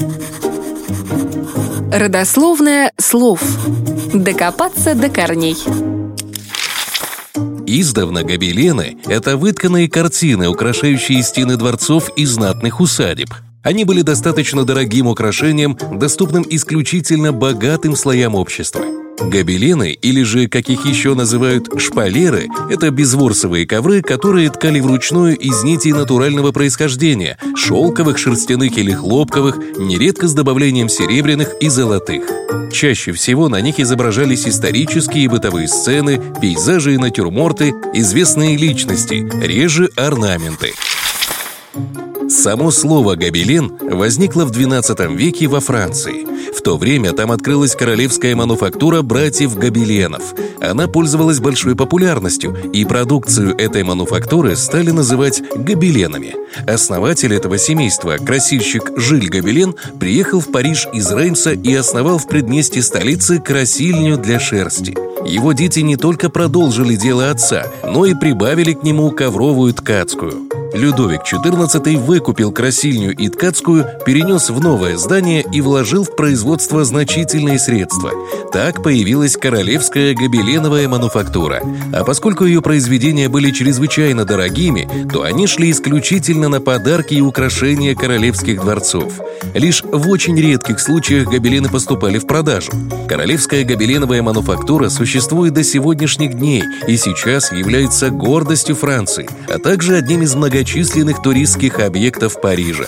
Родословное слов. Докопаться до корней. Издавна гобелены — это вытканные картины, украшающие стены дворцов и знатных усадеб. Они были достаточно дорогим украшением, доступным исключительно богатым слоям общества. Гобелены, или же, как их еще называют, шпалеры, это безворсовые ковры, которые ткали вручную из нитей натурального происхождения, шелковых, шерстяных или хлопковых, нередко с добавлением серебряных и золотых. Чаще всего на них изображались исторические и бытовые сцены, пейзажи и натюрморты, известные личности, реже орнаменты. Само слово «гобелен» возникло в XII веке во Франции. В то время там открылась королевская мануфактура братьев Гобеленов. Она пользовалась большой популярностью, и продукцию этой мануфактуры стали называть гобеленами. Основатель этого семейства, красильщик Жиль Гобелен, приехал в Париж из Реймса и основал в предместье столицы красильню для шерсти. Его дети не только продолжили дело отца, но и прибавили к нему ковровую ткацкую. Людовик XIV выкупил красильню и ткацкую, перенес в новое здание и вложил в производство значительные средства. Так появилась королевская гобеленовая мануфактура. А поскольку ее произведения были чрезвычайно дорогими, то они шли исключительно на подарки и украшения королевских дворцов. Лишь в очень редких случаях гобелены поступали в продажу. Королевская гобеленовая мануфактура существует до сегодняшних дней и сейчас является гордостью Франции, а также одним из многочисленных туристских объектов Парижа.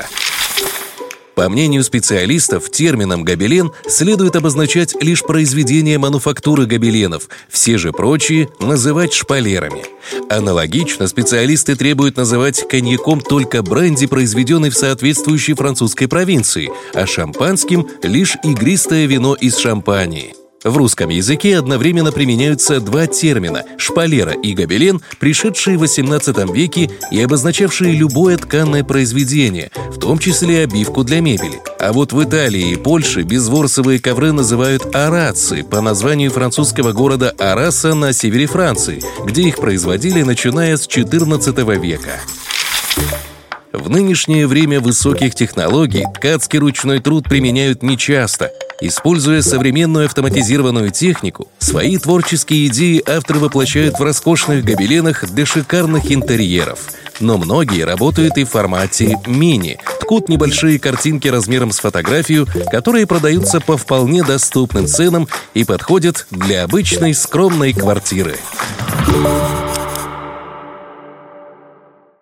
По мнению специалистов, термином «гобелен» следует обозначать лишь произведения мануфактуры гобеленов, все же прочие называть шпалерами. Аналогично специалисты требуют называть коньяком только бренди, произведенный в соответствующей французской провинции, а шампанским — лишь игристое вино из Шампании. В русском языке одновременно применяются два термина – шпалера и гобелен, пришедшие в XVIII веке и обозначавшие любое тканное произведение, в том числе обивку для мебели. А вот в Италии и Польше безворсовые ковры называют араци по названию французского города Араса на севере Франции, где их производили, начиная с XIV века. В нынешнее время высоких технологий ткацкий ручной труд применяют нечасто. Используя современную автоматизированную технику, свои творческие идеи авторы воплощают в роскошных гобеленах для шикарных интерьеров. Но многие работают и в формате мини, ткут небольшие картинки размером с фотографию, которые продаются по вполне доступным ценам и подходят для обычной скромной квартиры.